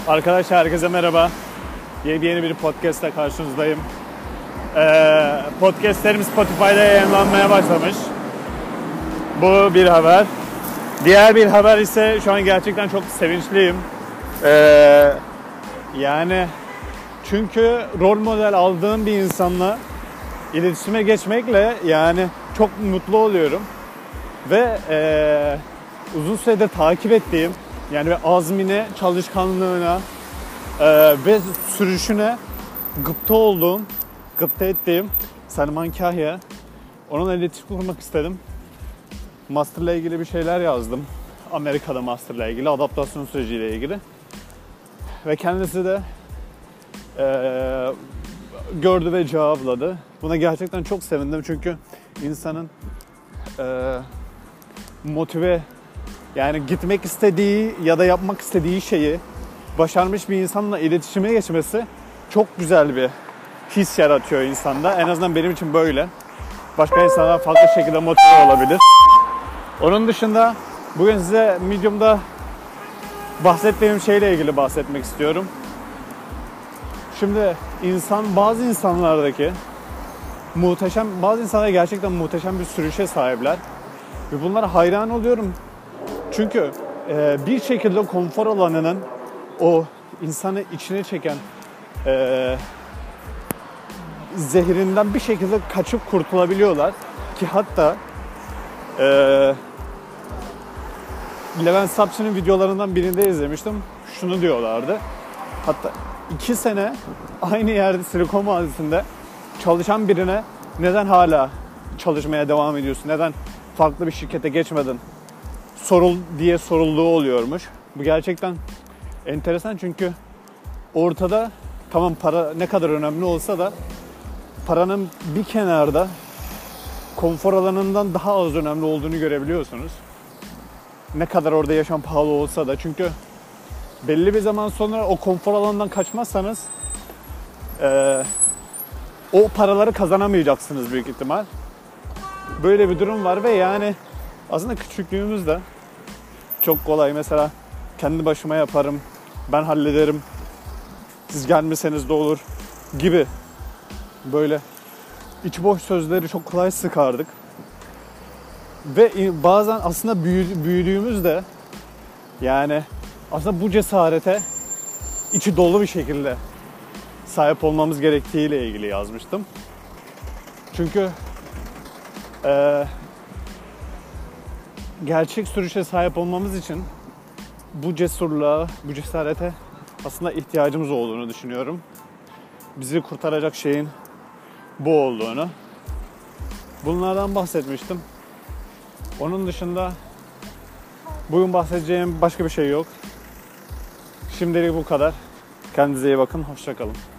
Arkadaşlar herkese merhaba. Yeni bir podcast'ta karşınızdayım. Podcast'lerim Spotify'da yayınlanmaya başlamış. Bu bir haber. Diğer bir haber ise şu an gerçekten çok sevinçliyim. Yani çünkü rol model aldığım bir insanla iletişime geçmekle yani çok mutlu oluyorum. Ve uzun süredir takip ettiğim yani azmine, çalışkanlığına ve sürüşüne gıpta ettiğim Salman Kahya. Onunla iletişim kurmak istedim. Master'la ilgili bir şeyler yazdım. Amerika'da Master'la ilgili, adaptasyon süreciyle ilgili. Ve kendisi de gördü ve cevapladı. Buna gerçekten çok sevindim çünkü insanın motive, yani gitmek istediği ya da yapmak istediği şeyi başarmış bir insanla iletişime geçmesi çok güzel bir his yaratıyor insanda. En azından benim için böyle. Başka insanlar farklı şekilde motive olabilir. Onun dışında bugün size Medium'da bahsettiğim şeyle ilgili bahsetmek istiyorum. Şimdi bazı insanlardaki bazı insanlar gerçekten muhteşem bir sürüşe sahipler. Ve bunlara hayran oluyorum. Çünkü bir şekilde konfor alanının o insanı içine çeken zehrinden bir şekilde kaçıp kurtulabiliyorlar. Ki hatta Levent Sapçı'nın videolarından birinde izlemiştim. Şunu diyorlardı. Hatta 2 sene aynı yerde Silikon Vadisi'nde çalışan birine neden hala çalışmaya devam ediyorsun? Neden farklı bir şirkete geçmedin? Diye sorulduğu oluyormuş. Bu gerçekten enteresan çünkü ortada tamam para ne kadar önemli olsa da paranın bir kenarda konfor alanından daha az önemli olduğunu görebiliyorsunuz. Ne kadar orada yaşam pahalı olsa da çünkü belli bir zaman sonra o konfor alanından kaçmazsanız o paraları kazanamayacaksınız büyük ihtimal. Böyle bir durum var ve yani aslında küçüklüğümüzde çok kolay mesela kendi başıma yaparım, ben hallederim, siz gelmeseniz de olur gibi böyle içi boş sözleri çok kolay sıkardık. Ve bazen aslında büyüdüğümüzde yani aslında bu cesarete içi dolu bir şekilde sahip olmamız gerektiğiyle ilgili yazmıştım. Çünkü gerçek sürüşe sahip olmamız için bu cesurluğa, bu cesarete aslında ihtiyacımız olduğunu düşünüyorum. Bizi kurtaracak şeyin bu olduğunu. Bunlardan bahsetmiştim. Onun dışında bugün bahsedeceğim başka bir şey yok. Şimdilik bu kadar. Kendinize iyi bakın. Hoşça kalın.